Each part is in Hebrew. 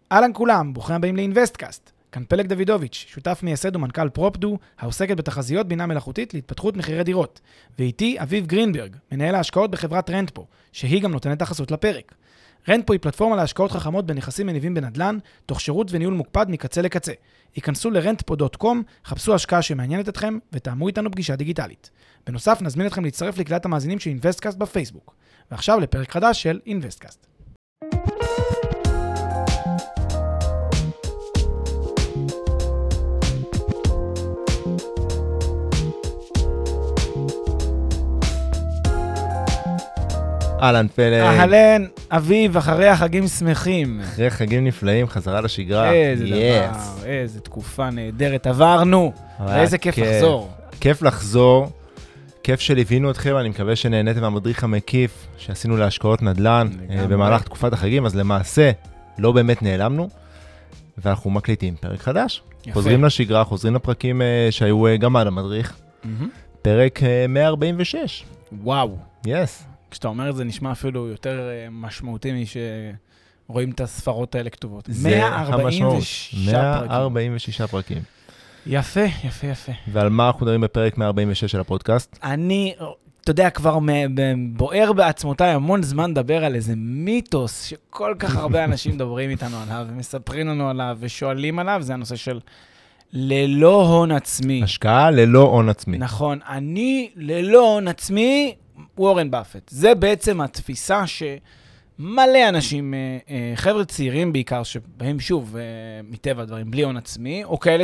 אהלן כולם, ברוכים הבאים לאינבסטקאסט. כאן פלג דוידוביץ', שותף מייסד ומנכ"ל פרופדו, העוסקת בתחזיות בינה מלאכותית להתפתחות מחירי דירות. ואיתי אביב גרינברג, מנהל ההשקעות בחברת רנטפו, שהיא גם נותנת החסות לפרק. רנטפו היא פלטפורמה להשקעות חכמות בנכסים מניבים בנדל"ן, תוך שירות וניהול מוקפד מקצה לקצה. היכנסו ל-rentpo.com, חפשו השקעה שמעניינת אתכם ותאמו איתנו פגישה דיגיטלית. בנוסף, נזמין אתכם להצטרף לקהילת המאזינים של אינבסטקאסט בפייסבוק. ועכשיו לפרק חדש של אינבסטקאסט. אהלן פלג. אהלן, אביב, אחרי החגים שמחים. אחרי חגים נפלאים, חזרה לשגרה. איזה דבר, איזה תקופה נהדרת, עברנו. ואיזה כיף לחזור. כיף לחזור, כיף שליווינו אתכם, אני מקווה שנהניתם מהמדריך המקיף שעשינו להשקעות נדל"ן במהלך תקופת החגים, אז למעשה לא באמת נעלמנו, ואנחנו מקליטים פרק חדש. חוזרים לשגרה, חוזרים לפרקים שהיו גם על המדריך. פרק 146. וואו. יס. כשאתה אומר את זה נשמע אפילו יותר משמעותי שרואים את הספרות האלה כתובות. זה 146 פרקים. יפה, יפה, יפה. ועל מה אנחנו מדברים בפרק 146 של הפודקאסט? אתה יודע, כבר בוער בעצמותיי המון זמן לדבר על איזה מיתוס שכל כך הרבה אנשים מדברים איתנו עליו, ומספרים לנו עליו ושואלים עליו, זה הנושא של ללא הון עצמי. השקעה ללא הון עצמי. נכון, אני ללא הון עצמי, וורן באפט. זה בעצם התפיסה שמלא אנשים, חבר'ה צעירים בעיקר, שבהם שוב, מטבע הדברים, בלי הון עצמי, או כאלה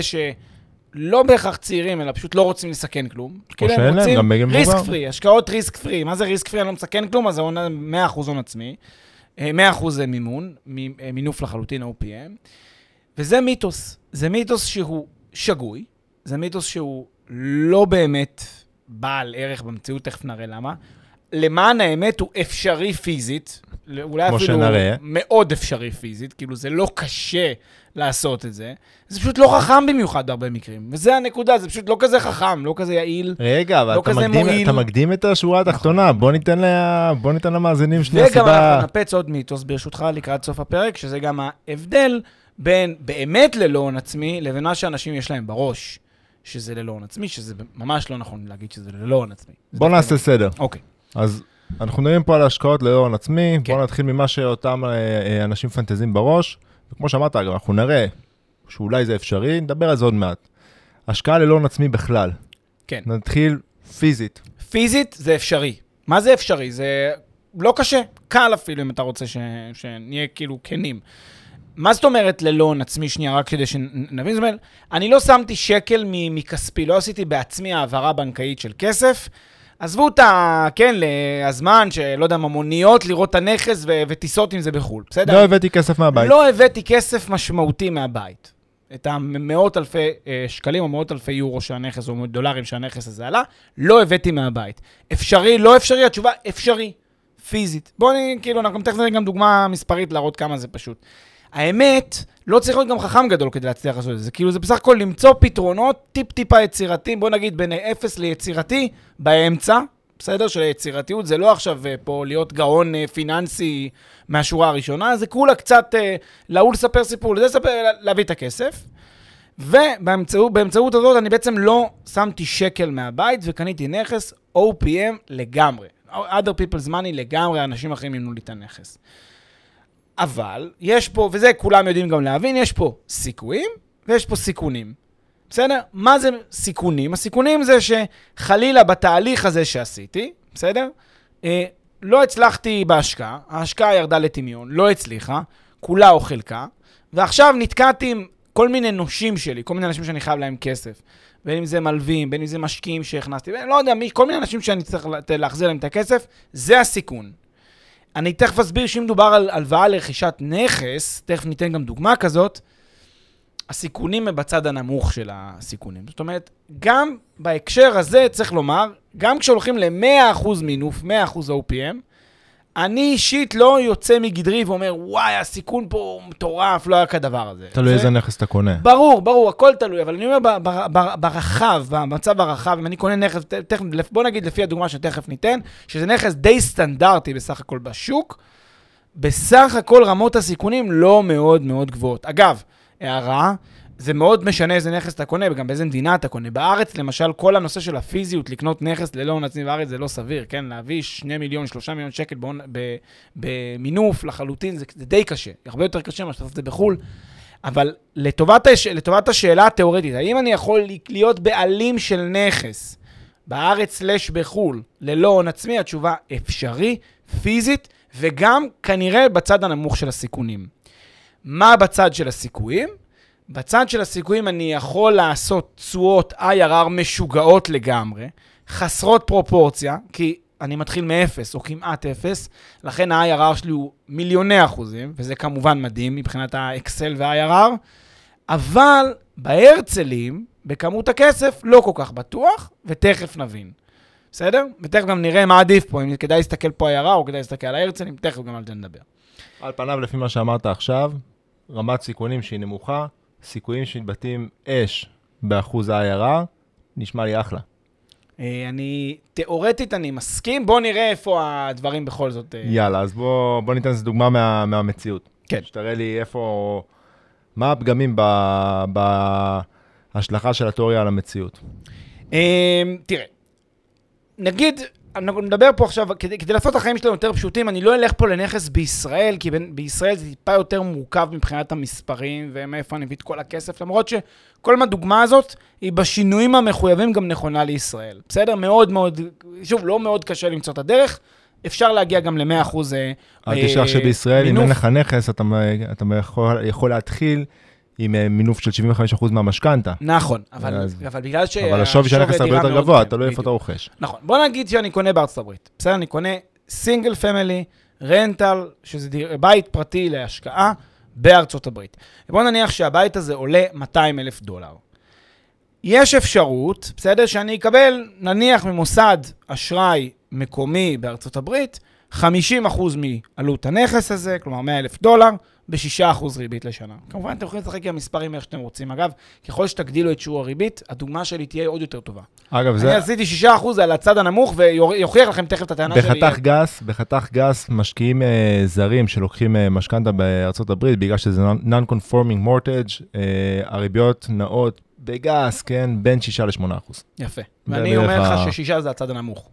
שלא בהכרח צעירים, אלא פשוט לא רוצים לסכן כלום. או שאין להם, גם בגלל ריסק פרי, השקעות ריסק פרי. מה זה ריסק פרי? אני לא מסכן כלום, אז זה 100% הון עצמי, 100% מימון, מינוף לחלוטין OPM, וזה מיתוס. זה מיתוס שהוא שגוי, זה מיתוס שהוא לא באמת בעל ערך במציאות, תכף נראה למה. למען האמת הוא אפשרי פיזית, אולי אפילו שנראה. מאוד אפשרי פיזית, כאילו זה לא קשה לעשות את זה, זה פשוט לא חכם במיוחד בהרבה מקרים, וזה הנקודה, זה פשוט לא כזה חכם, לא כזה יעיל, רגע, אבל לא כזה מועיל. אתה מקדים את השורה התחתונה, בוא ניתן למאזינים שנייה סיבה. וגם אנחנו נפץ עוד מיתוס ברשותך לקראת סוף הפרק, שזה גם ההבדל בין באמת ללא הון עצמי, לבין מה שאנשים יש להם בראש. שזה ללא הון עצמי, שזה ממש לא נכון להגיד שזה ללא הון עצמי. בוא נעשה סדר. אוקיי. אז אנחנו מדברים פה על השקעות ללא הון עצמי, בוא נתחיל ממה שאותם אנשים פנטזים בראש, וכמו שאמרת, אגב, אנחנו נראה שאולי זה אפשרי, נדבר על זה עוד מעט. השקעה ללא הון עצמי בכלל. כן. נתחיל פיזית. פיזית זה אפשרי. מה זה אפשרי? זה לא קשה, קל אפילו אם אתה רוצה שנהיה כאילו כנים. מה זאת אומרת ללא הון עצמי שנייה, רק כדי שנבין? זאת אומרת, אני לא שמתי שקל מכספי, לא עשיתי בעצמי העברה בנקאית של כסף, עזבו אותה, כן, הזמן שלא יודע, ממוניות, לראות את הנכס וטיסות עם זה בחול, בסדר? לא הבאתי כסף מהבית. לא הבאתי כסף משמעותי מהבית. את המאות אלפי שקלים או מאות אלפי יורו שהנכס, או דולרים שהנכס הזה עלה, לא הבאתי מהבית. אפשרי, לא אפשרי, התשובה אפשרי, פיזית. בואו כאילו, אנחנו תכף נראה גם דוגמה מספרית להראות כמה זה פשוט. האמת, לא צריך להיות גם חכם גדול כדי להצליח לעשות את זה. כאילו זה בסך הכל למצוא פתרונות טיפ-טיפה יצירתיים, בוא נגיד בין 0 ליצירתי באמצע, בסדר? של היצירתיות זה לא עכשיו פה להיות גאון פיננסי מהשורה הראשונה, זה כולה קצת להוא לספר סיפור, לזה לספר, להביא את הכסף. ובאמצעות הזאת אני בעצם לא שמתי שקל מהבית וקניתי נכס OPM לגמרי. Other people's money לגמרי, אנשים אחרים ימנו לי את הנכס. אבל יש פה, וזה כולם יודעים גם להבין, יש פה סיכויים ויש פה סיכונים. בסדר? מה זה סיכונים? הסיכונים זה שחלילה בתהליך הזה שעשיתי, בסדר? לא הצלחתי בהשקעה, ההשקעה ירדה לטמיון, לא הצליחה, כולה או חלקה, ועכשיו נתקעתי עם כל מיני נושים שלי, כל מיני אנשים שאני חייב להם כסף, בין אם זה מלווים, בין אם זה משקיעים שהכנסתי, לא יודע, כל מיני אנשים שאני צריך להחזיר להם את הכסף, זה הסיכון. אני תכף אסביר שאם מדובר על הלוואה לרכישת נכס, תכף ניתן גם דוגמה כזאת, הסיכונים הם בצד הנמוך של הסיכונים. זאת אומרת, גם בהקשר הזה צריך לומר, גם כשהולכים ל-100% מינוף, 100% OPM, אני אישית לא יוצא מגדרי ואומר, וואי, הסיכון פה מטורף, לא היה כדבר הזה. תלוי איזה נכס אתה קונה. ברור, הכל תלוי, אבל אני אומר ברחב, במצב הרחב, אם אני קונה נכס, בוא נגיד לפי הדוגמה שתכף ניתן, שזה נכס די סטנדרטי בסך הכל בשוק, בסך הכל רמות הסיכונים לא מאוד מאוד גבוהות. אגב, הערה, זה מאוד משנה איזה נכס אתה קונה, וגם באיזה מדינה אתה קונה. בארץ, למשל, כל הנושא של הפיזיות, לקנות נכס ללא הון עצמי בארץ, זה לא סביר, כן? להביא 2 מיליון, 3 מיליון שקל במינוף לחלוטין, זה די קשה. הרבה יותר קשה מה שאתה עושה את זה בחול. אבל לטובת השאלה התיאורטית, האם אני יכול להיות בעלים של נכס בארץ/בחול ללא הון עצמי? התשובה אפשרי, פיזית, וגם כנראה בצד הנמוך של הסיכונים. מה בצד של הסיכויים? בצד של הסיכויים אני יכול לעשות תשואות IRR משוגעות לגמרי, חסרות פרופורציה, כי אני מתחיל מ-0 או כמעט 0, לכן ה-IRR שלי הוא מיליוני אחוזים, וזה כמובן מדהים מבחינת ה-Excel וה-IRR, אבל בהרצלים, בכמות הכסף, לא כל כך בטוח, ותכף נבין. בסדר? ותכף גם נראה מה עדיף פה, אם כדאי להסתכל פה IRR או כדאי להסתכל על ההרצלים, תכף גם על זה נדבר. על פניו, לפי מה שאמרת עכשיו, רמת סיכונים שהיא נמוכה, סיכויים שמתבטאים אש באחוז ה-IRR, נשמע לי אחלה. תיאורטית אני מסכים, בוא נראה איפה הדברים בכל זאת. יאללה, אז בוא ניתן איזו דוגמה מהמציאות. כן. שתראה לי איפה, מה הפגמים בהשלכה של התיאוריה על המציאות. תראה, נגיד, אנחנו נדבר פה עכשיו, כדי לעשות את החיים שלנו יותר פשוטים, אני לא אלך פה לנכס בישראל, כי בישראל זה טיפה יותר מורכב מבחינת המספרים, ומאיפה אני מביא את כל הכסף, למרות שכל מהדוגמה הזאת היא בשינויים המחויבים גם נכונה לישראל. בסדר? מאוד מאוד, שוב, לא מאוד קשה למצוא את הדרך, אפשר להגיע גם ל100% מינוף. אל תשכח שבישראל, אם אין לך נכס, אתה יכול להתחיל עם מינוף של 75% מהמשכנתה. נכון, אבל בגלל אבל השווי של הנכס הרבה יותר גבוה, אתה לא איפה אתה רוכש. נכון, בוא נגיד שאני קונה בארצות הברית. בסדר, אני קונה סינגל פמילי, רנטל, שזה בית פרטי להשקעה בארצות הברית. בוא נניח שהבית הזה עולה $200,000. יש אפשרות, בסדר, שאני אקבל, נניח ממוסד אשראי מקומי בארצות הברית, 50% מעלות הנכס הזה, כלומר $100,000, ב6% ריבית לשנה. כמובן, אתם יכולים לשחק עם המספרים איך שאתם רוצים. אגב, ככל שתגדילו את שיעור הריבית, הדוגמה שלי תהיה עוד יותר טובה. אגב, אני עשיתי 6% על הצד הנמוך, ויוכיח לכם תכף את הטענה שלי. בחתך גס, משקיעים זרים שלוקחים משכנתה בארצות הברית, בגלל שזה non-conforming mortgage, הריביות נעות בגס, כן, בין 6-8%. יפה. ואני אומר לך ש6 זה הצד הנמוך.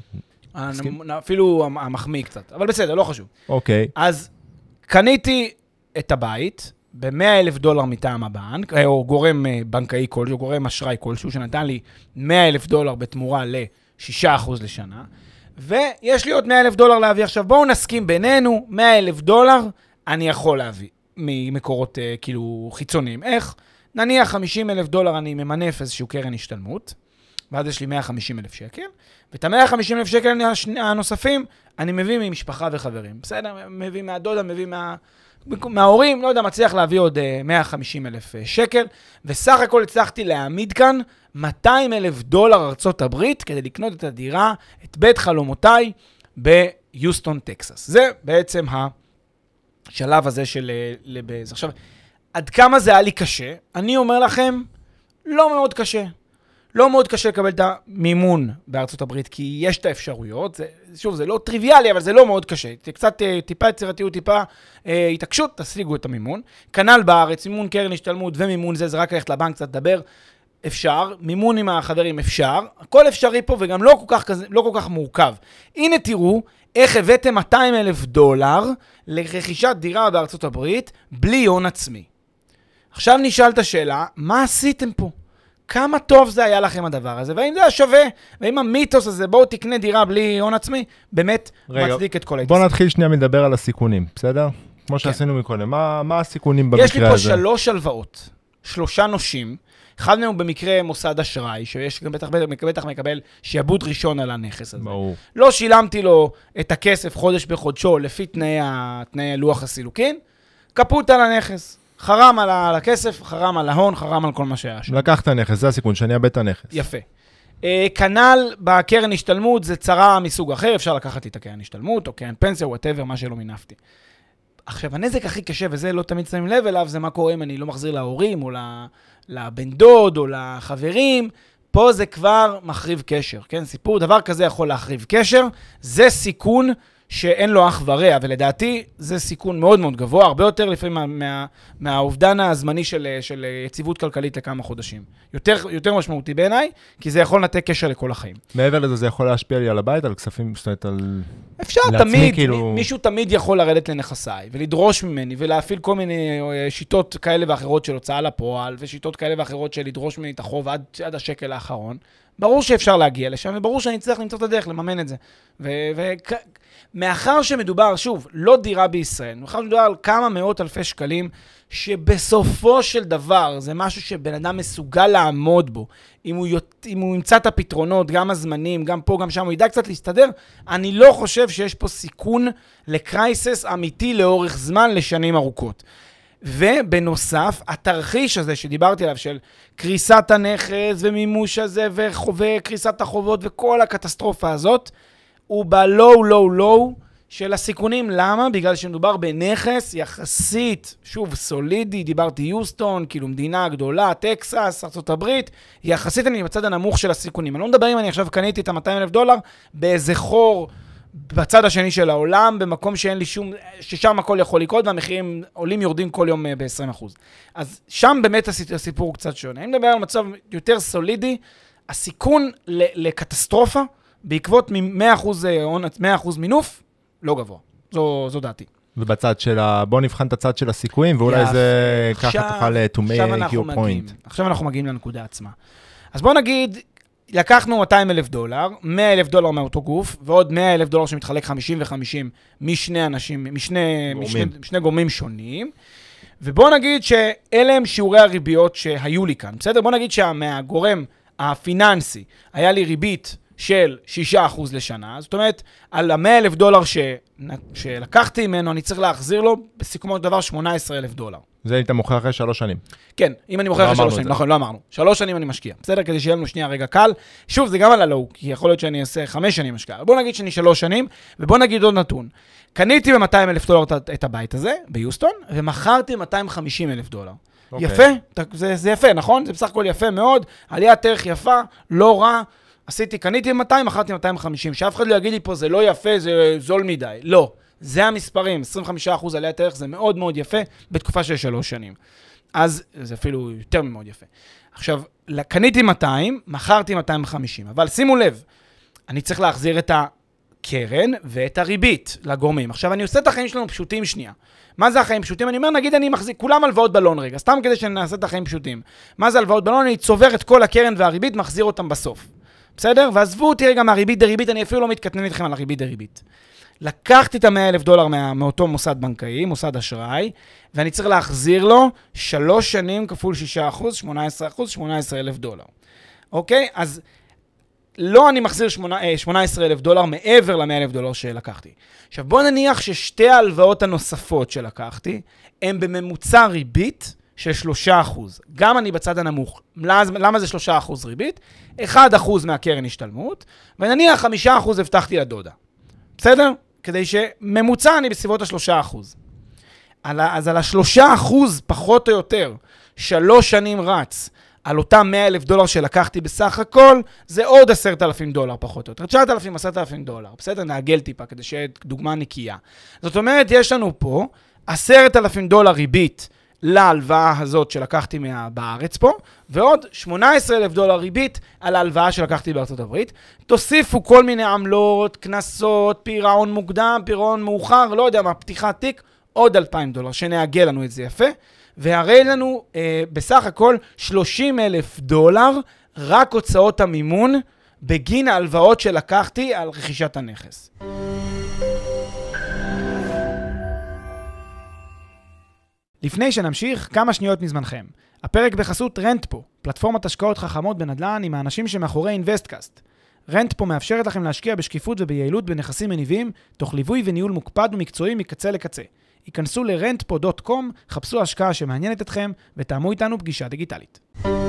אפילו המחמיא קצת. אבל בסדר, לא חשוב. אוקיי. אז קניתי את הבית ב$100,000 מטעם הבנק, או גורם בנקאי כלשהו, גורם אשראי כלשהו, שנתן לי $100,000 בתמורה ל6% לשנה, ויש לי עוד $100,000 להביא. עכשיו בואו נסכים בינינו, $100,000 אני יכול להביא ממקורות כאילו חיצוניים. איך? נניח $50,000 אני ממנף איזשהו קרן השתלמות, ואז יש לי 150,000 שקל, ואת ה-150,000 שקל הנוספים אני מביא ממשפחה וחברים. בסדר? מביא מהדודה, מביא מההורים, לא יודע, מצליח להביא עוד 150,000 שקל, וסך הכל הצלחתי להעמיד כאן $200,000 ארצות הברית, כדי לקנות את הדירה, את בית חלומותיי, ביוסטון, טקסס. זה בעצם השלב הזה של לבז. עכשיו, עד כמה זה היה לי קשה? אני אומר לכם, לא מאוד קשה. לא מאוד קשה לקבל את המימון בארצות הברית, כי יש את האפשרויות. שוב, זה לא טריוויאלי, אבל זה לא מאוד קשה. קצת טיפה יצירתיות, טיפה התעקשות, תשיגו את המימון. כנ"ל בארץ, מימון קרן השתלמות ומימון זה רק ללכת לבנק קצת לדבר. אפשר, מימון עם החברים אפשר. הכל אפשרי פה וגם לא כל כך מורכב. הנה תראו איך הבאתם $200,000 לרכישת דירה בארצות הברית בלי הון עצמי. עכשיו נשאל את השאלה, מה עשיתם פה? כמה טוב זה היה לכם הדבר הזה, והאם זה היה שווה, והאם המיתוס הזה, בואו תקנה דירה בלי הון עצמי, באמת מצדיק את כל ההתעסק. בואו נתחיל שנייה מדבר על הסיכונים, בסדר? כמו שעשינו מקודם, מה הסיכונים במקרה הזה? יש לי פה 3 הלוואות, 3 נושים, אחד מהם במקרה מוסד אשראי, שיש גם בטח מקבל שיעבוד ראשון על הנכס הזה. ברור. לא שילמתי לו את הכסף חודש בחודשו, לפי תנאי לוח הסילוקין, כפות על הנכס. חרם על הכסף, חרם על ההון, חרם על כל מה שהיה שם. לקחת נכס, זה הסיכון, שאני אאבד את הנכס. יפה. כנ"ל בקרן השתלמות, זה צרה מסוג אחר, אפשר לקחת את הקרן השתלמות, או קרן פנסיה, whatever, מה שלא מינפתי. עכשיו, הנזק הכי קשה, וזה לא תמיד שמים לב אליו, זה מה קורה אם אני לא מחזיר להורים, או לבן דוד, או לחברים. פה זה כבר מחריב קשר, כן? סיפור, דבר כזה יכול להחריב קשר, זה סיכון שאין לו אח ורע, ולדעתי זה סיכון מאוד מאוד גבוה, הרבה יותר לפעמים מהאובדן הזמני של יציבות כלכלית לכמה חודשים. יותר משמעותי בעיניי, כי זה יכול לנתק קשר לכל החיים. מעבר לזה, זה יכול להשפיע לי על הבית, על כספים, זאת אומרת, על... אפשר תמיד, מישהו תמיד יכול לרדת לנכסיי, ולדרוש ממני, ולהפעיל כל מיני שיטות כאלה ואחרות של הוצאה לפועל, ושיטות כאלה ואחרות של לדרוש ממני את החוב עד השקל האחרון. ברור שאפשר להגיע לשם, וברור שאני צריך למצוא את הדרך לממן את זה. מאחר שמדובר, שוב, לא דירה בישראל, מאחר שמדובר על כמה מאות אלפי שקלים, שבסופו של דבר זה משהו שבן אדם מסוגל לעמוד בו. אם הוא ימצא את הפתרונות, גם הזמנים, גם פה, גם שם, הוא ידע קצת להסתדר, אני לא חושב שיש פה סיכון לקרייסס אמיתי לאורך זמן לשנים ארוכות. ובנוסף, התרחיש הזה שדיברתי עליו של קריסת הנכס ומימוש הזה וקריסת החובות וכל הקטסטרופה הזאת, הוא בלואו של הסיכונים. למה? בגלל שמדובר בנכס יחסית, שוב, סולידי, דיברתי יוסטון, כאילו מדינה גדולה, טקסס, ארצות הברית, יחסית אני בצד הנמוך של הסיכונים. אני לא מדבר אם אני עכשיו קניתי את $200,000 באיזה חור בצד השני של העולם, במקום שאין לי ששם הכל יכול לקרות, והמחירים עולים יורדים כל יום ב-20%. אז שם באמת הסיפור הוא קצת שונה. אני מדבר על מצב יותר סולידי, הסיכון לקטסטרופה, בעקבות 100% מינוף, לא גבוה. זו דעתי. ובצד של בוא נבחן את הצד של הסיכויים, ואולי זה ככה תוכל to make your point. עכשיו אנחנו מגיעים לנקודה עצמה. אז בוא נגיד, לקחנו $200,000, $100,000 מאותו גוף, ועוד $100,000 שמתחלק 50-50 משני אנשים, משני גורמים שונים, ובוא נגיד שאלה הם שיעורי הריביות שהיו לי כאן, בסדר? בוא נגיד שמהגורם הפיננסי היה לי ריבית של 6% לשנה, זאת אומרת, על $100,000 שלקחתי ממנו, אני צריך להחזיר לו בסיכומו של דבר $18,000. זה אם אתה מוכר אחרי 3 שנים. כן, אם אני מוכר אחרי 3 שנים, נכון, לא אמרנו. 3 שנים אני משקיע, בסדר? כדי שיהיה לנו שנייה רגע קל. שוב, זה גם על הלואו, כי יכול להיות שאני אעשה 5 שנים משקיע. בוא נגיד שאני 3 שנים, ובוא נגיד עוד נתון. קניתי ב$200,000 את הבית הזה, ביוסטון, ומכרתי $250,000. יפה, זה יפה, נכון? זה בסך הכל יפה מאוד, עליית ערך יפה, לא רע. קניתי 200, מכרתי 250, שאף אחד לא יגיד לי פה, זה לא יפה, זה זול מדי. לא, זה המספרים, 25% עליית ערך, זה מאוד מאוד יפה, בתקופה של 3 שנים. אז זה אפילו יותר מאוד יפה. עכשיו, קניתי 200, מכרתי 250, אבל שימו לב, אני צריך להחזיר את הקרן ואת הריבית לגורמים. עכשיו, אני עושה את החיים שלנו פשוטים שנייה. מה זה החיים פשוטים? אני אומר, נגיד אני מחזיק, כולם הלוואות בלון רגע, סתם כדי שנעשה את החיים פשוטים. מה זה הלוואות בלון? אני צובר את כל הקרן והריבית, מחזיר אותם בסוף. בסדר? ועזבו אותי רגע מהריבית דריבית, אני אפילו לא מתקטנן איתכם על הריבית דריבית. לקחתי את $100,000 מאותו מוסד בנקאי, מוסד אשראי, ואני צריך להחזיר לו 3 שנים כפול 6%, 18%, $18,000. אוקיי? אז לא אני מחזיר $18,000 מעבר ל$100,000 שלקחתי. עכשיו בוא נניח ששתי ההלוואות הנוספות שלקחתי, הם בממוצע ריבית של 3%. גם אני בצד הנמוך. למה זה 3% ריבית? 1% מהקרן השתלמות, ונניח 5% הבטחתי לדודה. בסדר? כדי שממוצע אני בסביבות 3%. אז על 3% פחות או יותר, 3 שנים רץ, על אותם $100,000 שלקחתי בסך הכל, זה עוד $10,000 פחות או יותר. $9,000, $10,000. בסדר? נעגל טיפה כדי שיהיה דוגמה נקייה. זאת אומרת, יש לנו פה $10,000 ריבית, להלוואה הזאת שלקחתי בארץ פה, ועוד $18,000 ריבית על ההלוואה שלקחתי בארצות הברית. תוסיפו כל מיני עמלות, כנסות, פירעון מוקדם, פירעון מאוחר, לא יודע מה, פתיחת תיק, עוד $2,000, שנעגל לנו את זה יפה, והרי לנו בסך הכל $30,000 רק הוצאות המימון בגין ההלוואות שלקחתי על רכישת הנכס. לפני שנמשיך, כמה שניות מזמנכם. הפרק בחסות רנטפו, פלטפורמת השקעות חכמות בנדל"ן עם האנשים שמאחורי אינבסטקאסט. רנטפו מאפשרת לכם להשקיע בשקיפות וביעילות בנכסים מניבים, תוך ליווי וניהול מוקפד ומקצועי מקצה לקצה. היכנסו ל-rentpo.com, חפשו השקעה שמעניינת אתכם ותאמו איתנו פגישה דיגיטלית.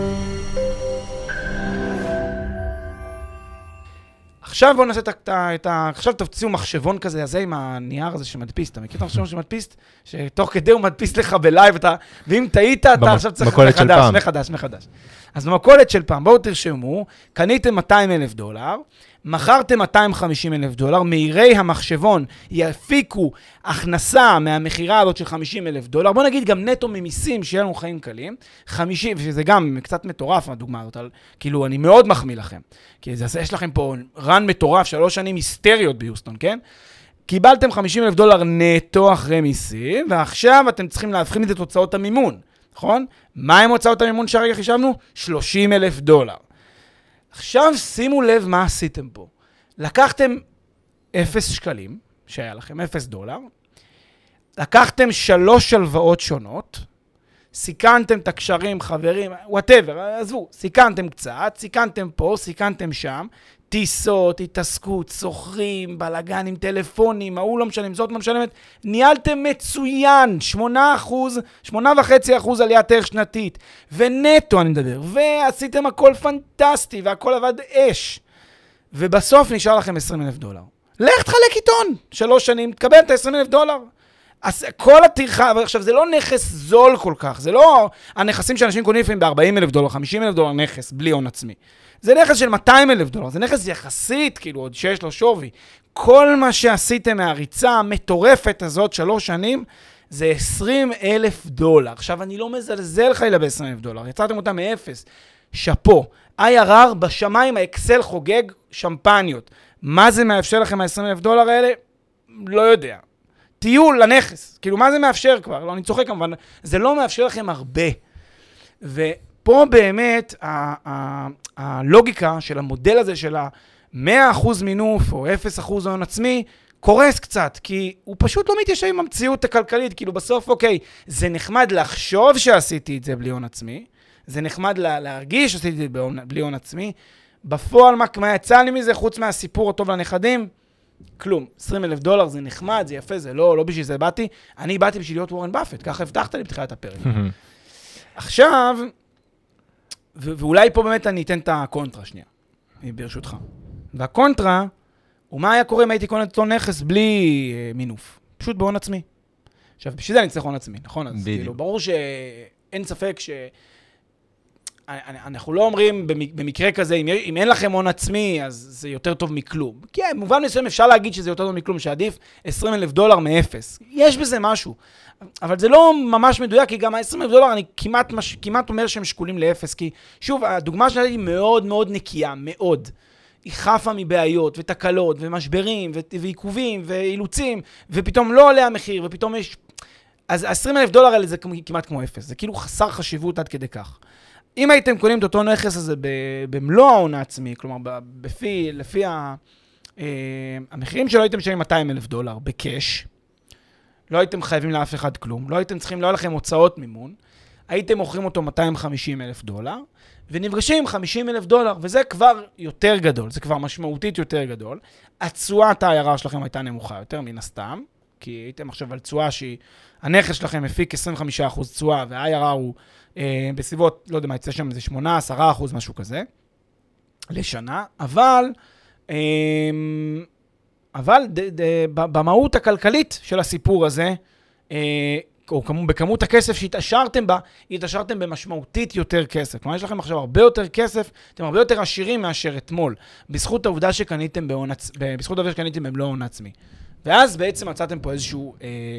עכשיו בואו נעשה עכשיו תפציעו מחשבון כזה, הזה עם הנייר הזה שמדפיס, אתה מכיר את המחשבון שמדפיס? שתוך כדי הוא מדפיס לך בלייב, ואם טעית, אתה עכשיו צריך מחדש. אז במקולת של פעם, בואו תרשמו, קניתם $200,000, מכרתם $250,000, מהירי המחשבון יפיקו הכנסה מהמחירה הזאת של $50,000, בוא נגיד גם נטו ממיסים, שיהיה לנו חיים קלים, 50, שזה גם קצת מטורף, הדוגמה הזאת, כאילו אני מאוד מחמיא לכם, כי יש לכם פה רן מטורף, 3 שנים היסטריות ביוסטון, כן? קיבלתם $50,000 נטו אחרי מיסים, ועכשיו אתם צריכים להבחין את זה תוצאות המימון, נכון? מה הם הוצאות המימון שהרגע חישבנו? $30,000. עכשיו שימו לב מה עשיתם פה. לקחתם 0 שקלים, שהיה לכם $0, לקחתם 3 הלוואות שונות, סיכנתם את הקשרים, חברים, whatever, עזבו, סיכנתם קצת, סיכנתם פה, סיכנתם שם, טיסות, התעסקות, סוחרים, בלגנים, טלפונים, ההוא לא משלם, זאת לא משלמת, ניהלתם מצוין, 8%, 8.5% עליית ערך שנתית, ונטו אני מדבר, ועשיתם הכל פנטסטי, והכל עבד אש, ובסוף נשאר לכם $20,000. לך תחלק עיתון, 3 שנים, תקבל את $20,000. אז כל הטרחה, עכשיו זה לא נכס זול כל כך, זה לא הנכסים שאנשים קונים לפעמים $40,000, $50,000 נכס, בלי הון עצמי. זה נכס של $200,000, זה נכס יחסית, כאילו עוד שיש לו שווי. כל מה שעשיתם מהריצה המטורפת הזאת 3 שנים, זה $20,000. עכשיו אני לא מזלזל חלילה ב$20,000, יצאתם אותם מאפס. שפו, IRR בשמיים, האקסל חוגג שמפניות. מה זה מאפשר לכם $20,000 האלה? לא יודע. טיול לנכס, כאילו מה זה מאפשר כבר? לא, אני צוחק כמובן, זה לא מאפשר לכם הרבה. ופה באמת הלוגיקה של המודל הזה של ה-100% מינוף או 0% הון עצמי, קורס קצת, כי הוא פשוט לא מתיישב עם המציאות הכלכלית, כאילו בסוף אוקיי, זה נחמד לחשוב שעשיתי את זה בלי הון עצמי, זה נחמד להרגיש שעשיתי את זה בלי הון עצמי, בפועל מה יצא לי מזה חוץ מהסיפור הטוב לנכדים? כלום, $20,000 זה נחמד, זה יפה, זה לא בשביל זה באתי, אני באתי בשביל להיות וורן באפט, ככה הבטחת לי בתחילת הפרק. עכשיו, ואולי פה באמת אני אתן את הקונטרה שנייה, ברשותך. והקונטרה, הוא מה היה קורה אם הייתי קונה את אותו נכס בלי מינוף, פשוט בהון עצמי. עכשיו, בשביל זה אני צריך הון עצמי, נכון? אז כאילו, ברור שאין ספק אנחנו לא אומרים במקרה כזה, אם אין לכם הון עצמי, אז זה יותר טוב מכלום. כי במובן מסוים אפשר להגיד שזה יותר טוב מכלום, שעדיף $20,000 מאפס. יש בזה משהו. אבל זה לא ממש מדויק, כי גם $20,000 אני כמעט אומר שהם שקולים לאפס, כי שוב, הדוגמה שלי היא מאוד מאוד נקייה, מאוד. היא חפה מבעיות ותקלות ומשברים ועיכובים ואילוצים, ופתאום לא עולה המחיר, ופתאום יש... אז $20,000 האלה זה כמעט כמו אפס. זה כאילו חסר חשיבות עד כדי כך. אם הייתם קונים את אותו נכס הזה במלוא ההון העצמי, כלומר, לפי המחירים שלו הייתם משלמים $200,000 בקש, לא הייתם חייבים לאף אחד כלום, לא הייתם צריכים, לא היה לכם הוצאות מימון, הייתם מוכרים אותו $250,000, ונפגשים $50,000, וזה כבר יותר גדול, זה כבר משמעותית יותר גדול. התשואת ה-IRR שלכם הייתה נמוכה יותר מן הסתם, כי הייתם עכשיו על תשואה הנכס שלכם הפיק 25% תשואה, וה-IRR הוא בסביבות, לא יודע מה, יצא שם איזה 8-10%, משהו כזה, לשנה, אבל במהות הכלכלית של הסיפור הזה, או בכמות הכסף שהתעשרתם בה, התעשרתם במשמעותית יותר כסף. כלומר, יש לכם עכשיו הרבה יותר כסף, אתם הרבה יותר עשירים מאשר אתמול, בזכות העובדה שקניתם במלוא הון עצמי. ואז בעצם מצאתם פה איזשהו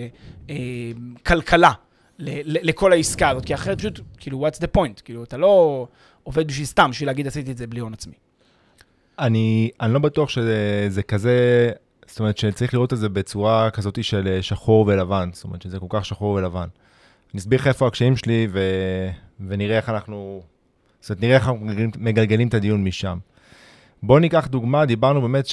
כלכלה לכל העסקה הזאת, כי אחרת פשוט, כאילו, what's the point? כאילו, אתה לא עובד בשביל סתם, בשביל להגיד, עשיתי את זה בלי הון עצמי. אני לא בטוח שזה כזה, זאת אומרת, שצריך לראות את זה בצורה כזאת של שחור ולבן, זאת אומרת, שזה כל כך שחור ולבן. אני אסביר לך איפה הקשיים שלי, ונראה איך אנחנו, זאת אומרת, נראה איך אנחנו מגלגלים את הדיון משם. בואו ניקח דוגמה, דיברנו באמת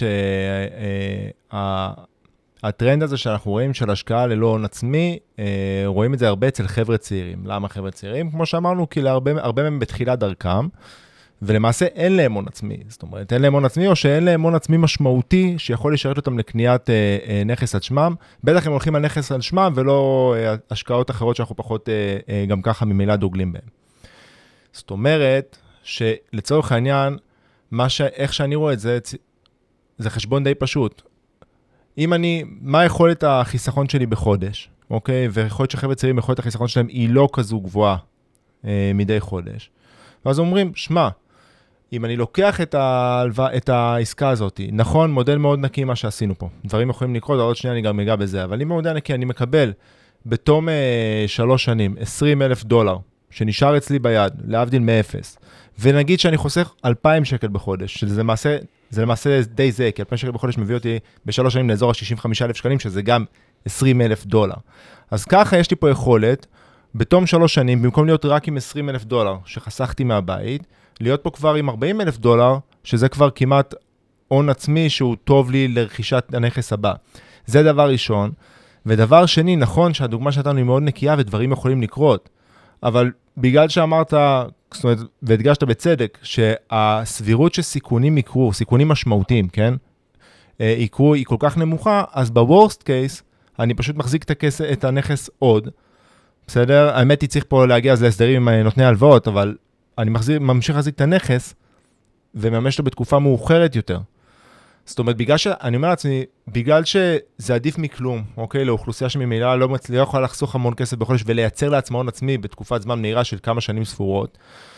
הטרנד הזה שאנחנו רואים של השקעה ללא הון עצמי, רואים את זה הרבה אצל חבר'ה צעירים. למה חבר'ה צעירים? כמו שאמרנו, כי הרבה מהם בתחילת דרכם, ולמעשה אין להם הון עצמי. זאת אומרת, אין להם הון עצמי, או שאין להם הון עצמי משמעותי, שיכול לשרת אותם לקניית נכס על שמם. בטח הם הולכים על נכס על שמם, ולא השקעות אחרות שאנחנו פחות גם ככה ממילא דוגלים בהם. זאת אומרת, שלצורך העניין, איך שאני רואה את זה, זה חשבון די פשוט. מה יכולת החיסכון שלי בחודש, אוקיי? ויכולת שחבר'ה צעירים, יכולת החיסכון שלהם היא לא כזו גבוהה מדי חודש. ואז אומרים, שמע, אם אני לוקח את העסקה הזאת, נכון, מודל מאוד נקי מה שעשינו פה. דברים יכולים לקרות, עוד שנייה אני גם אגע בזה, אבל אם מודל נקי, אני מקבל בתום 3 שנים, $20,000, שנשאר אצלי ביד, להבדיל מאפס, ונגיד שאני חוסך 2,000 שקל בחודש, זה למעשה די זה, כי 2,000 שקל בחודש מביא אותי ב3 שנים לאזור ה-65,000 שקלים, שזה גם $20,000. אז ככה יש לי פה יכולת, בתום 3 שנים, במקום להיות רק עם $20,000 שחסכתי מהבית, להיות פה כבר עם $40,000, שזה כבר כמעט הון עצמי שהוא טוב לי לרכישת הנכס הבא. זה דבר ראשון. ודבר שני, נכון שהדוגמה שלנו היא מאוד נקייה ודברים יכולים לקרות, אבל בגלל שאמרת, זאת אומרת, והדגשת בצדק, שהסבירות שסיכונים יקרו, סיכונים משמעותיים, כן? יקרו, היא כל כך נמוכה, אז בוורסט קייס, אני פשוט מחזיק את הנכס עוד, בסדר? האמת היא צריך פה להגיע אז להסדרים עם נותני הלוואות, אבל אני ממשיך להחזיק את הנכס, וממש לו בתקופה מאוחרת יותר. זאת אומרת, אני אומר לעצמי, בגלל שזה עדיף מכלום, אוקיי? לאוכלוסייה שממילא לא יכולה לחסוך המון כסף בחודש, ולייצר לעצמה הון עצמי בתקופת זמן מהירה של כמה שנים ספורות.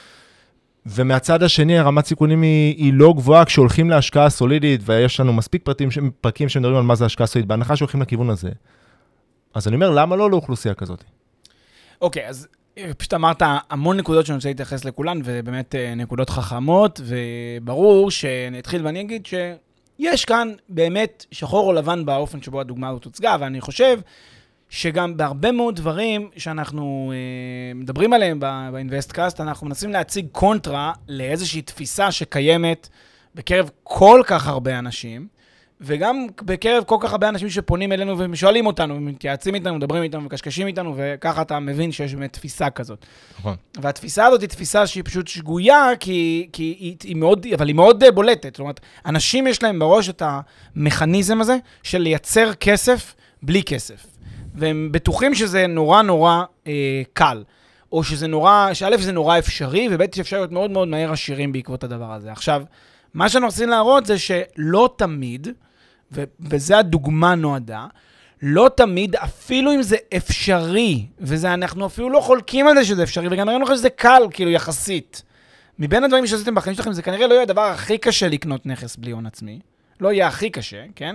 ומהצד השני, הרמת סיכונים היא לא גבוהה, כשהולכים להשקעה סולידית, ויש לנו מספיק פרקים שמדברים על מה זה השקעה סולידית, בהנחה שהולכים לכיוון הזה. אז אני אומר, למה לא לאוכלוסייה כזאת? אוקיי, אז פשוט אמרת המון נקודות שאני רוצה להתייחס לכולן, ובאמת נקודות חכמות, וברור שנתחיל ואני אגיד שיש כאן באמת שחור או לבן באופן שבו הדוגמה הזאת הוצגה, ואני חושב שגם בהרבה מאוד דברים שאנחנו מדברים עליהם באינבסטקאסט, אנחנו מנסים להציג קונטרה לאיזושהי תפיסה שקיימת בקרב כל כך הרבה אנשים, וגם בקרב כל כך הרבה אנשים שפונים אלינו ושואלים אותנו, ומתייעצים איתנו, מדברים איתנו וקשקשים איתנו, וככה אתה מבין שיש באמת תפיסה כזאת. נכון. והתפיסה הזאת היא תפיסה שהיא פשוט שגויה, כי היא מאוד, אבל היא מאוד בולטת. זאת אומרת, אנשים יש להם בראש את המכניזם הזה של לייצר כסף בלי כסף. והם בטוחים שזה נורא נורא קל, או שזה שא' זה נורא אפשרי, וב' שאפשר להיות מאוד מאוד מהר עשירים בעקבות הדבר הזה. עכשיו, מה שאנחנו רוצים להראות זה שלא תמיד, וזה הדוגמה נועדה, לא תמיד, אפילו אם זה אפשרי, אנחנו אפילו לא חולקים על זה שזה אפשרי, וגם ראינו לך שזה קל, כאילו יחסית. מבין הדברים שעשיתם בחיים שלכם, זה כנראה לא יהיה הדבר הכי קשה לקנות נכס בלי הון עצמי. לא יהיה הכי קשה, כן?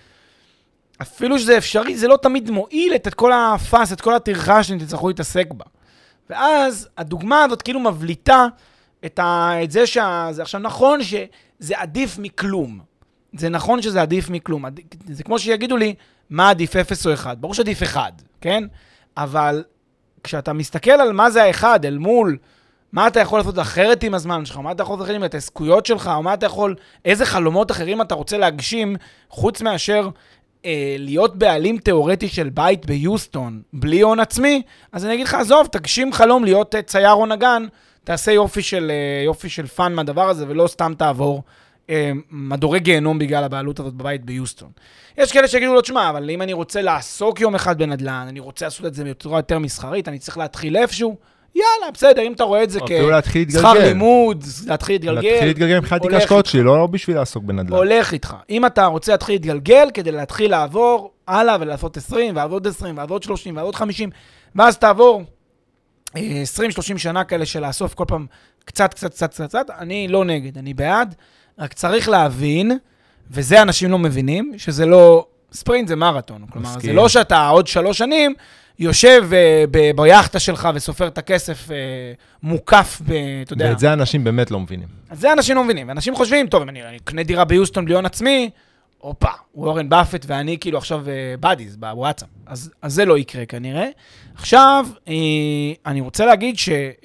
אפילו שזה אפשרי, זה לא תמיד מועיל את כל הפס, את כל התרחה שאתם תצטרכו להתעסק בה. ואז הדוגמה הזאת כאילו מבליטה את זה עכשיו נכון שזה עדיף מכלום. זה נכון שזה עדיף מכלום. זה כמו שיגידו לי, מה עדיף 0 או 1? ברור שעדיף 1, כן? אבל כשאתה מסתכל על מה זה האחד, אל מול מה אתה יכול לעשות אחרת עם הזמן שלך, מה אתה יכול לעשות אחרת עם התעסקויות שלך, או מה אתה יכול, איזה חלומות אחרים אתה רוצה להגשים, חוץ מאשר להיות בעלים תיאורטי של בית ביוסטון, בלי הון עצמי, אז אני אגיד לך, עזוב, תגשים חלום להיות צייר או נגן, תעשה יופי של פן מהדבר הזה, ולא סתם תעבור מדורי גיהנום בגלל הבעלות הזאת בבית ביוסטון. יש כאלה שיגידו לו, תשמע, אבל אם אני רוצה לעסוק יום אחד בנדל"ן, אני רוצה לעשות את זה בצורה יותר מסחרית, אני צריך להתחיל איפשהו, יאללה, בסדר, אם אתה רואה את זה כשכר לימוד, להתחיל להתגלגל. להתחיל להתגלגל מבחינת ההשקעות שלי, לא בשביל לעסוק בנדל"ן. הולך איתך. אם אתה רוצה להתחיל להתגלגל, כדי להתחיל לעבור הלאה ולעשות 20, ועוד 20, ועוד 30, ועוד 50, ואז תעבור 20-30 שנה כאלה של לאסוף כל פעם קצת, אני לא נגד, אני בעד, רק צריך להבין, וזה אנשים לא מבינים, שזה לא, ספרינט זה מרתון, כלומר, זה לא שאתה עוד 3 שנים, יושב ביחטה שלך וסופר את הכסף מוקף, אתה יודע. ואת זה אנשים באמת לא מבינים. אז זה אנשים לא מבינים, ואנשים חושבים, טוב, אם אני אקנה דירה ביוסטון בלי הון עצמי, אופה, וורן באפט ואני כאילו עכשיו בדיז, בוואטסאפ. אז זה לא יקרה כנראה. עכשיו, אני רוצה להגיד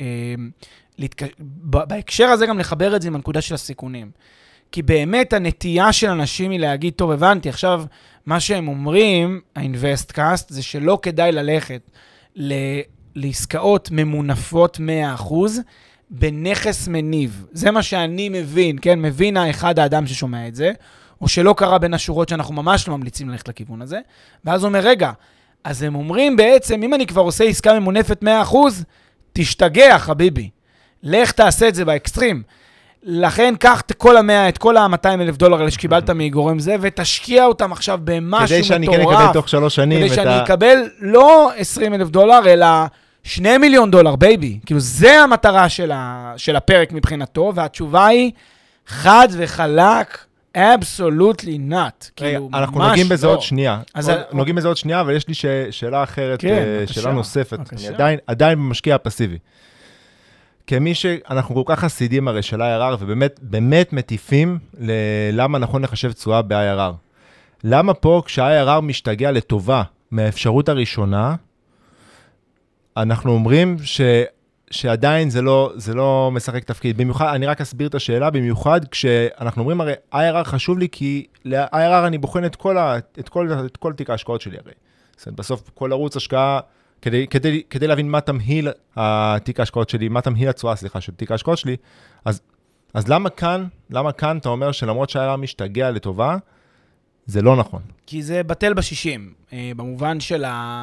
בהקשר הזה גם לחבר את זה עם הנקודה של הסיכונים. כי באמת הנטייה של אנשים היא להגיד, טוב, הבנתי, עכשיו מה שהם אומרים, האינבסטקאסט, זה שלא כדאי ללכת לעסקאות ממונפות 100% בנכס מניב. זה מה שאני מבין, כן? מבין האחד האדם ששומע את זה, או שלא קרה בין השורות שאנחנו ממש לא ממליצים ללכת לכיוון הזה. ואז הוא אומר, רגע, אז הם אומרים בעצם, אם אני כבר עושה עסקה ממונפת 100%, תשתגע, חביבי. לך תעשה את זה באקסטרים. לכן, קח את כל ה-$200,000 האלה שקיבלת מגורם זה, ותשקיע אותם עכשיו במשהו מטורף. כדי שאני כן אקבל תוך 3 שנים. כדי שאני אקבל לא $20,000, אלא 2 מיליון דולר, בייבי. כאילו, זה המטרה של הפרק מבחינתו, והתשובה היא חד וחלק, absolutely not. כאילו, אנחנו ממש נוגעים בזה לא. עוד שנייה. נוגעים בזה עוד שנייה, אבל יש לי שאלה אחרת, שאלה נוספת. אני עדיין במשקיע הפסיבי. כמי שאנחנו כל כך חסידים הרי של IRR, ובאמת באמת מטיפים ללמה נכון לחשב תשואה ב-IRR. למה פה כשה-IRR משתגע לטובה מהאפשרות הראשונה, אנחנו אומרים שעדיין זה לא משחק תפקיד. במיוחד, אני רק אסביר את השאלה, במיוחד כשאנחנו אומרים הרי IRR חשוב לי, כי ל-IRR אני בוחן את כל תיק ההשקעות שלי הרי. בסוף כל ערוץ השקעה, כדי להבין מה תמהיל התיק ההשקעות שלי, מה תמהיל התשואה, של תיק ההשקעות שלי, אז למה כאן אתה אומר שלמרות שה-IRR משתגע לטובה, זה לא נכון? כי זה בטל ב-60, במובן של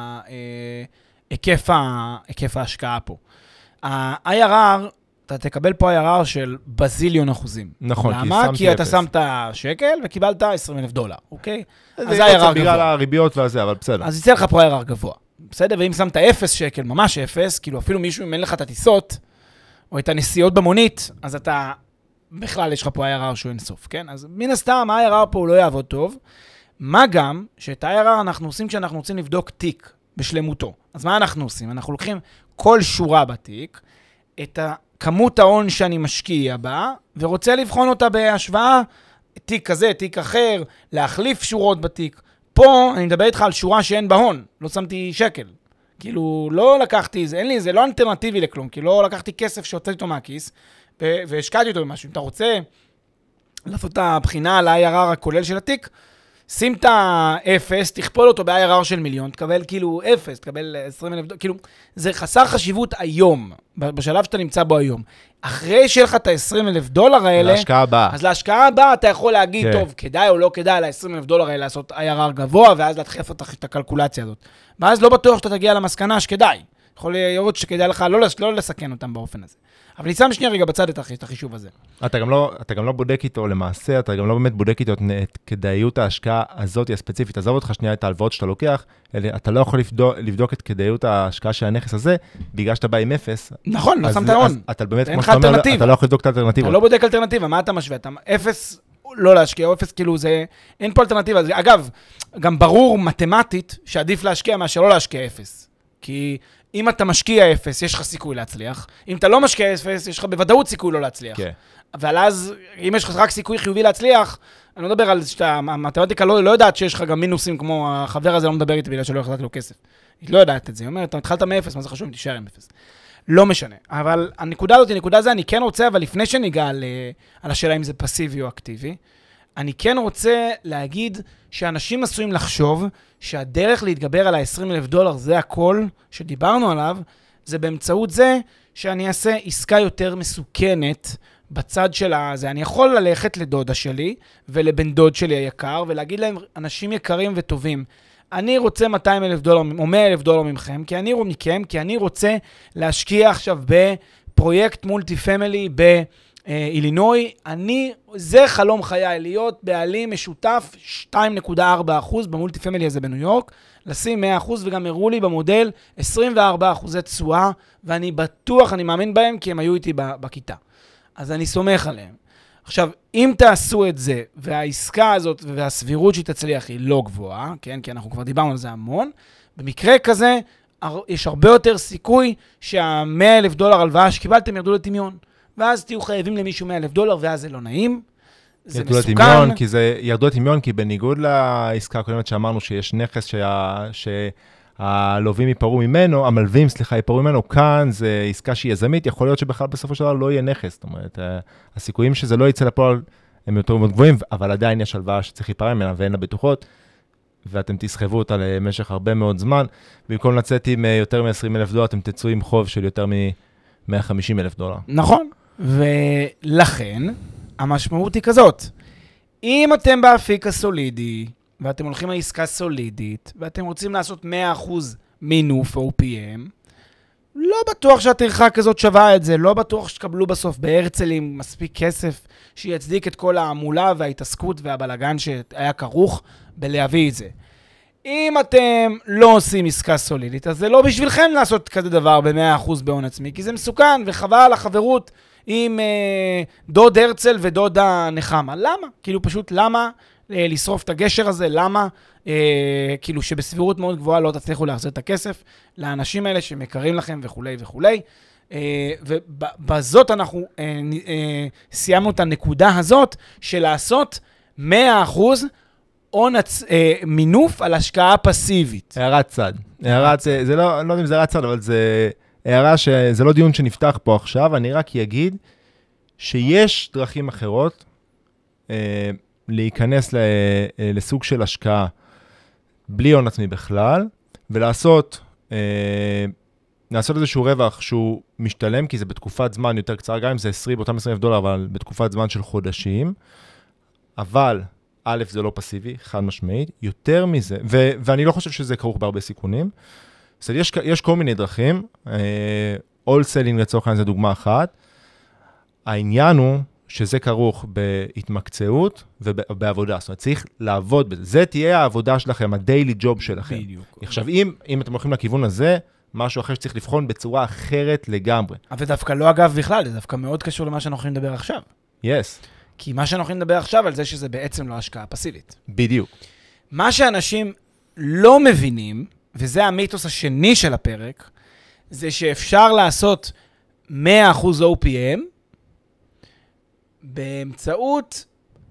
היקף ההשקעה פה. ה-IRR, אתה תקבל פה IRR של בזיליון אחוזים. נכון, למה? כי אתה שמת שקל וקיבלת $20,000, אוקיי? אז זה יוצא בגלל הריביות והזה, אבל בסדר. אז יצא לך פה IRR גבוה. בסדר? ואם שמת 0 שקל, ממש 0, כאילו אפילו מישהו, אם אין לך את הטיסות, או את הנסיעות במונית, אז אתה, בכלל יש לך פה IRR שהוא אינסוף, כן? אז מן הסתם, ה-IRR פה הוא לא יעבוד טוב. מה גם שאת ה-IRR אנחנו עושים כשאנחנו רוצים לבדוק תיק בשלמותו. אז מה אנחנו עושים? אנחנו לוקחים כל שורה בתיק, את כמות ההון שאני משקיע בה, ורוצה לבחון אותה בהשוואה, תיק כזה, תיק אחר, להחליף שורות בתיק. פה אני מדבר איתך על שורה שאין בהון, לא שמתי שקל. כאילו, לא לקחתי, זה לא אלטרנטיבי לכלום, כי לא לקחתי כסף שהוצאתי אותו מהכיס, והשקעתי אותו במשהו. אם אתה רוצה לעשות את הבחינה על ה-IRR הכולל של התיק, שים את ה-0, תכפול אותו ב-IRR של מיליון, תקבל כאילו 0, תקבל $20,000, כאילו, זה חסר חשיבות היום, בשלב שאתה נמצא בו היום. אחרי שיהיה לך את $20,000 האלה, להשקעה הבאה. אז להשקעה הבאה אתה יכול להגיד, טוב, כדאי או לא כדאי ל-$20,000 האלה לעשות IRR גבוה, ואז להתחף את הקלקולציה הזאת. ואז לא בטוח שאתה תגיע למסקנה שכדאי. יכול להיות שכדאי לך לא לסכן אותם באופן הזה. אבל אני שם שנייה רגע בצד את החישוב הזה. אתה גם לא בודק איתו למעשה, אתה גם לא באמת בודק איתו את כדאיות ההשקעה הזאת הספציפית. עזוב אותך שנייה את ההלוואות שאתה לוקח, אתה לא יכול לבדוק את כדאיות ההשקעה של הנכס הזה, בגלל שאתה בא עם 0. נכון, לא שמת ההון. אתה באמת, כמו שאתה אומר, אתה לא יכול לבדוק את האלטרנטיבה. אתה לא בודק אלטרנטיבה, מה אתה משווה? אתה 0 לא להשקיע, או 0 כאילו זה, אין פה אלטרנטיבה. אגב, גם ברור מתמטית שעדיף להשקיע מאשר לא להשקיע 0. כי אם אתה משקיע 0, יש לך סיכוי להצליח. אם אתה לא משקיע 0, יש לך בוודאות סיכוי לא להצליח. כן. אבל אז, אם יש לך רק סיכוי חיובי להצליח, אני לא מדבר על המתמטיקה לא יודעת שיש לך גם מינוסים, כמו החבר הזה לא מדבר איתי בגלל שלא החלטתי לו כסף. היא לא יודעת את זה. היא אומרת, אתה התחלת מ-0, מה זה חשוב אם תישאר עם 0? לא משנה. אבל הנקודה הזאת היא נקודה זה, אני כן רוצה, אבל לפני שניגע על השאלה אם זה פסיבי או אקטיבי, אני כן רוצה להגיד שאנשים עשויים לחשוב שהדרך להתגבר על $20,000 זה הכל שדיברנו עליו, זה באמצעות זה שאני אעשה עסקה יותר מסוכנת בצד של הזה. אני יכול ללכת לדודה שלי ולבן דוד שלי היקר ולהגיד להם, אנשים יקרים וטובים, אני רוצה $200,000 או $100,000 מכם, כי אני רוצה להשקיע עכשיו בפרויקט מולטי פמילי באילינוי. זה חלום חיי, להיות בעלים משותף 2.4% במולטי פמילי הזה בניו יורק, לשים 100% וגם הראו לי במודל 24% תשואה, ואני בטוח, אני מאמין בהם, כי הם היו איתי בכיתה. אז אני סומך עליהם. עכשיו, אם תעשו את זה, והעסקה הזאת והסבירות שהיא תצליח היא לא גבוהה, כן? כי אנחנו כבר דיברנו על זה המון, במקרה כזה, יש הרבה יותר סיכוי שה$100,000 הלוואה שקיבלתם ירדו לטמיון. ואז תהיו חייבים למישהו $100,000, ואז זה לא נעים. זה מסוכן. ירדו לטמיון, כי בניגוד לעסקה הקודמת שאמרנו שיש נכס שהלווים ייפרו ממנו, המלווים, ייפרו ממנו, כאן זה עסקה שהיא יזמית, יכול להיות שבכלל בסופו של דבר לא יהיה נכס. זאת אומרת, הסיכויים שזה לא יצא לפועל הם יותר מאוד גבוהים, אבל עדיין יש הלוואה שצריך להיפרע ממנה ואין לה בטוחות, ואתם תסחבו אותה למשך הרבה מאוד זמן. במקום לצאת עם יותר $20,000, אתם תצאו עם חוב של יותר $150,000. נכון. ולכן, המשמעות היא כזאת. אם אתם באפיק הסולידי, ואתם הולכים על עסקה סולידית, ואתם רוצים לעשות 100% מינוף OPM, לא בטוח שהטרחה כזאת שווה את זה, לא בטוח שתקבלו בסוף בהרצלים מספיק כסף שיצדיק את כל העמולה וההתעסקות והבלגן שהיה כרוך בלהביא את זה. אם אתם לא עושים עסקה סולידית, אז זה לא בשבילכם לעשות כזה דבר ב-100% בהון עצמי, כי זה מסוכן וחבל על החברות עם דוד הרצל ודודה נחמה. למה? כאילו פשוט למה לשרוף את הגשר הזה? למה? כאילו שבסבירות מאוד גבוהה לא תצליחו להחזיר את הכסף לאנשים האלה שמכרים לכם וכולי וכולי. ובזאת אנחנו סיימנו את הנקודה הזאת של לעשות 100% מינוף על השקעה פסיבית. הערת צד. זה לא יודע אם זה הערת צד, אבל זה הערה שזה לא דיון שנפתח פה עכשיו, אני רק אגיד שיש דרכים אחרות להיכנס לסוג של השקעה בלי הון עצמי בכלל, ולעשות איזשהו רווח שהוא משתלם, כי זה בתקופת זמן יותר קצרה, גם אם זה באותם $20, אבל בתקופת זמן של חודשים, אבל א', זה לא פסיבי, חד משמעית, יותר מזה, ואני לא חושב שזה כרוך בהרבה סיכונים. אז יש כל מיני דרכים, all selling לצורך העניין זה דוגמה אחת. העניין הוא שזה כרוך בהתמקצעות ובעבודה, זאת אומרת, צריך לעבוד בזה. זה תהיה העבודה שלכם, הדיילי ג'וב שלכם. בדיוק. עכשיו, אם אתם הולכים לכיוון הזה, משהו אחר שצריך לבחון בצורה אחרת לגמרי. אבל דווקא לא אגב בכלל, זה דווקא מאוד קשור למה שאנחנו הולכים לדבר עכשיו. Yes. כי מה שאנחנו הולכים לדבר עכשיו על זה שזה בעצם לא השקעה פסיבית. בדיוק. מה שאנשים לא מבינים, וזה המיתוס השני של הפרק, זה שאפשר לעשות 100% OPM באמצעות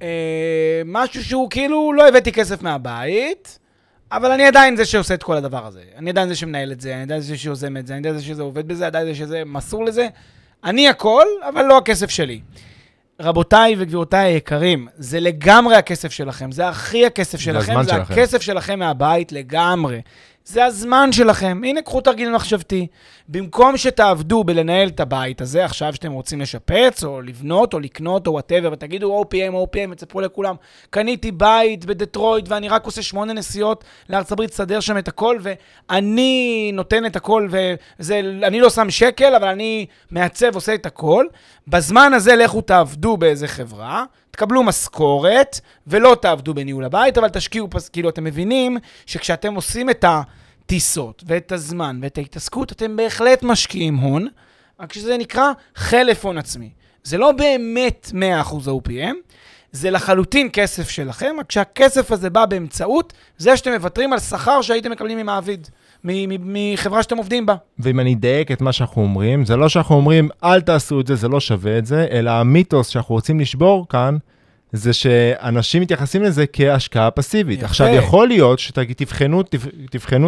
משהו שהוא כאילו לא הבאתי כסף מהבית, אבל אני עדיין זה שעושה את כל הדבר הזה. אני עדיין זה שמנהל את זה, אני עדיין זה שיוזם את זה, אני עדיין זה שזה עובד בזה, עדיין זה שזה מסור לזה. אני הכל, אבל לא הכסף שלי. רבותיי וגבירותיי היקרים, זה לגמרי הכסף שלכם, זה הכי הכסף שלכם, זה הכסף שלכם מהבית לגמרי. זה הזמן שלכם. הנה, קחו תרגיל מחשבתי. במקום שתעבדו בלנהל את הבית הזה, עכשיו שאתם רוצים לשפץ, או לבנות, או לקנות, או whatever, ותגידו OPM, ותספרו לכולם, קניתי בית בדטרויט, ואני רק עושה 8 נסיעות לארצות הברית, סדר שם את הכל, ואני נותן את הכל, אני לא שם שקל, אבל אני מעצב, עושה את הכל. בזמן הזה לכו תעבדו באיזה חברה, תקבלו משכורת, ולא תעבדו בניהול הבית, אבל תשקיעו, כאילו אתם מבינים שכשאתם עושים את הטיסות, ואת הזמן, ואת ההתעסקות, אתם בהחלט משקיעים הון, רק שזה נקרא חלף הון עצמי. זה לא באמת 100% OPM, זה לחלוטין כסף שלכם, רק שהכסף הזה בא באמצעות זה שאתם מוותרים על שכר שהייתם מקבלים ממעביד, מחברה שאתם עובדים בה. ואם אני אדייק את מה שאנחנו אומרים, זה לא שאנחנו אומרים, אל תעשו את זה, זה לא שווה את זה, אלא המיתוס שאנחנו רוצים לשבור כאן, זה שאנשים מתייחסים לזה כהשקעה פסיבית. יפה. עכשיו, יכול להיות שתבחנו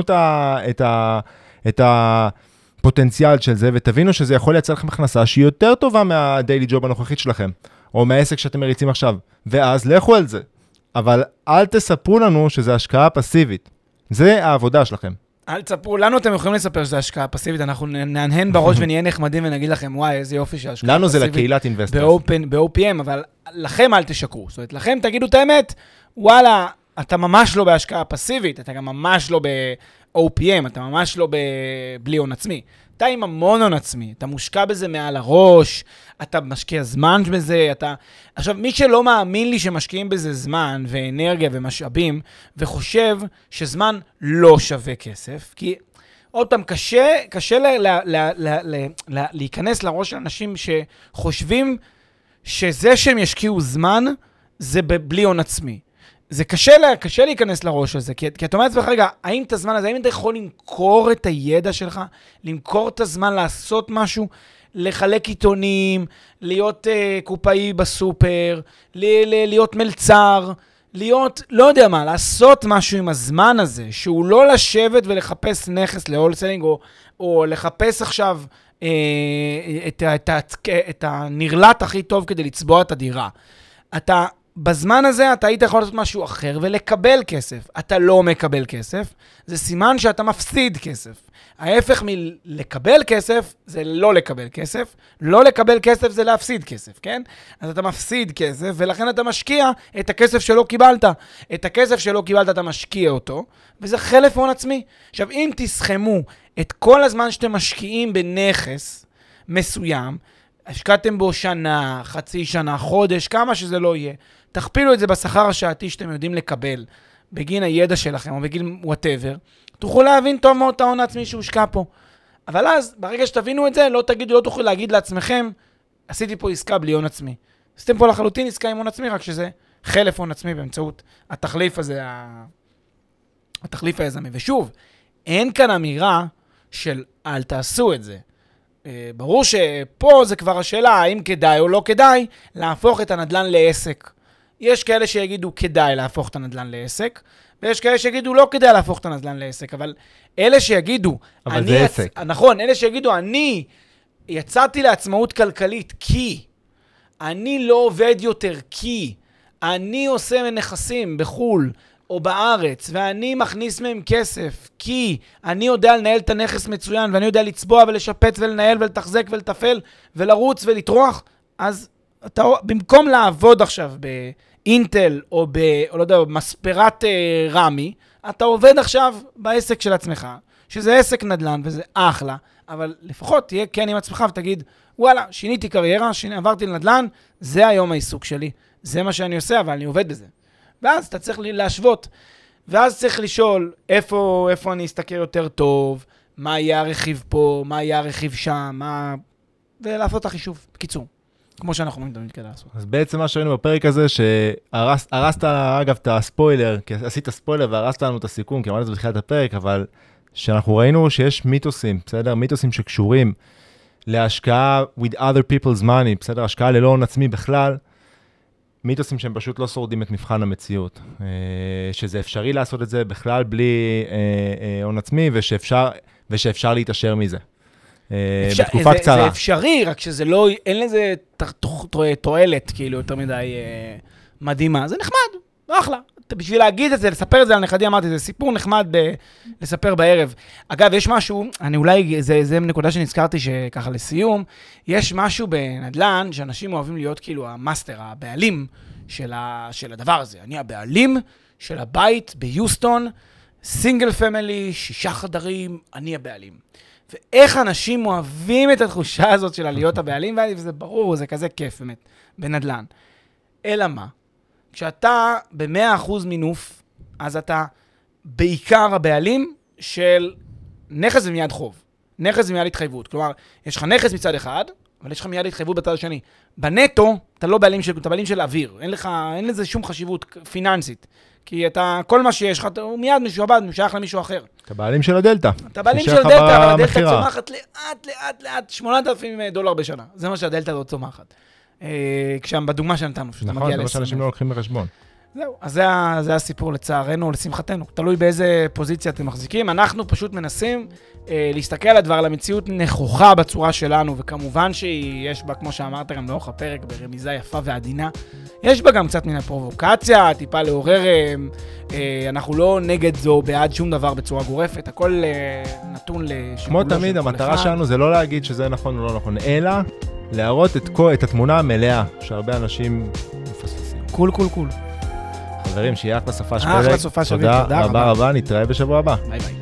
את הפוטנציאל של זה, ותבינו שזה יכול לייצר לכם הכנסה שהיא יותר טובה מהדיילי ג'וב הנוכחית שלכם, או מהעסק שאתם מריצים עכשיו, ואז לכו על זה. אבל אל תספרו לנו שזה השקעה פסיבית. זה העבודה שלכם. אל תספרו, לנו אתם יכולים לספר שזה השקעה פסיבית, אנחנו נהנהן בראש ונהיה נחמדים ונגיד לכם, וואי, איזה יופי שהשקעה פסיבית. לנו זה לקהילת אינבסטורס. ב-OPM, אבל לכם אל תשקרו. זאת אומרת, לכם תגידו את האמת, וואלה, אתה ממש לא בהשקעה פסיבית, אתה גם ממש לא ב-OPM, אתה ממש לא בלי הון עצמי. אתה עם המון הון עצמי, אתה מושקע בזה מעל הראש, אתה משקיע זמן בזה, עכשיו, מי שלא מאמין לי שמשקיעים בזה זמן ואנרגיה ומשאבים, וחושב שזמן לא שווה כסף, כי עוד פעם, קשה להיכנס לראש של אנשים שחושבים שזה שהם ישקיעו זמן, זה בלי הון עצמי. זה קשה להיכנס לראש הזה, כי אתה אומר לעצמך, רגע, האם את הזמן הזה, האם אתה יכול למכור את הידע שלך, למכור את הזמן, לעשות משהו, לחלק עיתונים, להיות קופאי בסופר, להיות מלצר, להיות, לא יודע מה, לעשות משהו עם הזמן הזה, שהוא לא לשבת ולחפש נכס להולסלינג, או לחפש עכשיו את הנרלט הכי טוב כדי לצבוע את הדירה. בזמן הזה אתה היית יכול לעשות משהו אחר ולקבל כסף. אתה לא מקבל כסף, זה סימן שאתה מפסיד כסף. ההפך מלקבל כסף זה לא לקבל כסף. לא לקבל כסף זה להפסיד כסף, כן? אז אתה מפסיד כסף ולכן אתה משקיע את הכסף שלא קיבלת. את הכסף שלא קיבלת אתה משקיע אותו, וזה חלף הון עצמי. עכשיו, אם תסכמו את כל הזמן שאתם משקיעים בנכס מסוים, השקעתם בו שנה, חצי שנה, חודש, כמה שזה לא יהיה, תכפילו את זה בשכר השעתי שאתם יודעים לקבל, בגין הידע שלכם, או בגין whatever, תוכלו להבין טוב מאוד את ההון העצמי שהושקע פה. אבל אז, ברגע שתבינו את זה, לא תוכלו להגיד לעצמכם, עשיתי פה עסקה בלי הון עצמי. עשיתם פה לחלוטין עסקה עם הון עצמי, רק שזה חלף הון עצמי באמצעות התחליף הזה, התחליף היזמי. ושוב, אין כאן אמירה של אל תעשו את זה. ברור שפה זה כבר השאלה, האם כדאי או לא כדאי להפוך את הנדל"ן לעסק. יש כאלה שיגידו כדאי להפוך את הנדל"ן לעסק, ויש כאלה שיגידו לא כדאי להפוך את הנדל"ן לעסק, אבל אלה שיגידו... אבל זה עסק. נכון, אלה שיגידו, אני יצאתי לעצמאות כלכלית כי אני לא עובד יותר כי אני עושה נכסים בחול או בארץ, ואני מכניס מהם כסף, כי אני יודע לנהל את הנכס מצוין, ואני יודע לצבוע ולשפץ ולנהל ולתחזק ולטפל ולרוץ ולטרוח, אז אתה, במקום לעבוד עכשיו באינטל או לא יודע, מספרת רמי, אתה עובד עכשיו בעסק של עצמך, שזה עסק נדל"ן וזה אחלה, אבל לפחות תהיה כן עם עצמך ותגיד, וואלה, שיניתי קריירה, עברתי לנדל"ן, זה היום העיסוק שלי, זה מה שאני עושה, אבל אני עובד בזה. ואז אתה צריך להשוות, ואז צריך לשאול איפה אני אסתכל יותר טוב, מה יהיה הרכיב פה, מה יהיה הרכיב שם, ולעשות את החישוב, בקיצור, כמו שאנחנו מדברים כדי לעשות. אז בעצם מה שראינו בפרק הזה, שהרסת אגב את הספוילר, כי עשית ספוילר והרסת לנו את הסיכום, כי אמרנו את זה בתחילת הפרק, אבל שאנחנו ראינו שיש מיתוסים, בסדר? מיתוסים שקשורים להשקעה with other people's money, בסדר? השקעה ללא הון עצמי בכלל, מיתוסים שהם פשוט לא שורדים את מבחן המציאות, שזה אפשרי לעשות את זה בכלל בלי הון עצמי, ושאפשר להתאשר מזה. בתקופה קצרה. זה אפשרי, רק שזה לא, אין לזה תועלת, כאילו, יותר מדי מדהימה. זה נחמד, אחלה. בשביל להגיד את זה, לספר את זה על נכדי, אמרתי, זה סיפור נחמד לספר בערב. אגב, יש משהו, אולי, זה נקודה שנזכרתי שככה לסיום, יש משהו בנדל"ן, שאנשים אוהבים להיות כאילו המאסטר, הבעלים של הדבר הזה. אני הבעלים של הבית ביוסטון, סינגל פמילי, 6 חדרים, אני הבעלים. ואיך אנשים אוהבים את התחושה הזאת של להיות הבעלים, וזה ברור, זה כזה כיף באמת, בנדל"ן. אלא מה? כשאתה ב100% מינוף, אז אתה בעיקר הבעלים של נכס ומיד חוב. נכס ומיד התחייבות. כלומר, יש לך נכס מצד אחד, אבל יש לך מיד התחייבות בצד השני. בנטו, אתה לא בעלים אתה בעלים של אוויר. אין לזה שום חשיבות פיננסית. כי כל מה שיש לך, הוא מיד משועבד, משייך למישהו אחר. אתה בעלים של הדלטה. אתה בעלים של הדלטה, אבל הדלטה צומחת לאט, $8,000 בשנה. זה מה שהדלטה הזאת צומחת. בדוגמה שנתנו, שאתה מגיע ל-20,000. נכון, זה מה שאנשים לא לוקחים בחשבון. זהו, אז זה הסיפור לצערנו, לשמחתנו. תלוי באיזה פוזיציה אתם מחזיקים. אנחנו פשוט מנסים להסתכל על הדבר, על המציאות נכוחה בצורה שלנו, וכמובן שיש בה, כמו שאמרת גם לאורך הפרק, ברמיזה יפה ועדינה, יש בה גם קצת מן הפרובוקציה, טיפה לעורר, אנחנו לא נגד זו, בעד שום דבר בצורה גורפת, הכל נתון לשיקולו. כמו תמיד, המטרה שלנו זה לא להגיד שזה נכון או לא נכון, אלא להראות את התמונה המלאה, שהרבה אנשים מפספסים. קול. חברים, שיהיה אחלה סופה של פרק. אחלה סופה של פרק, תודה רבה, נתראה בשבוע הבא. ביי ביי.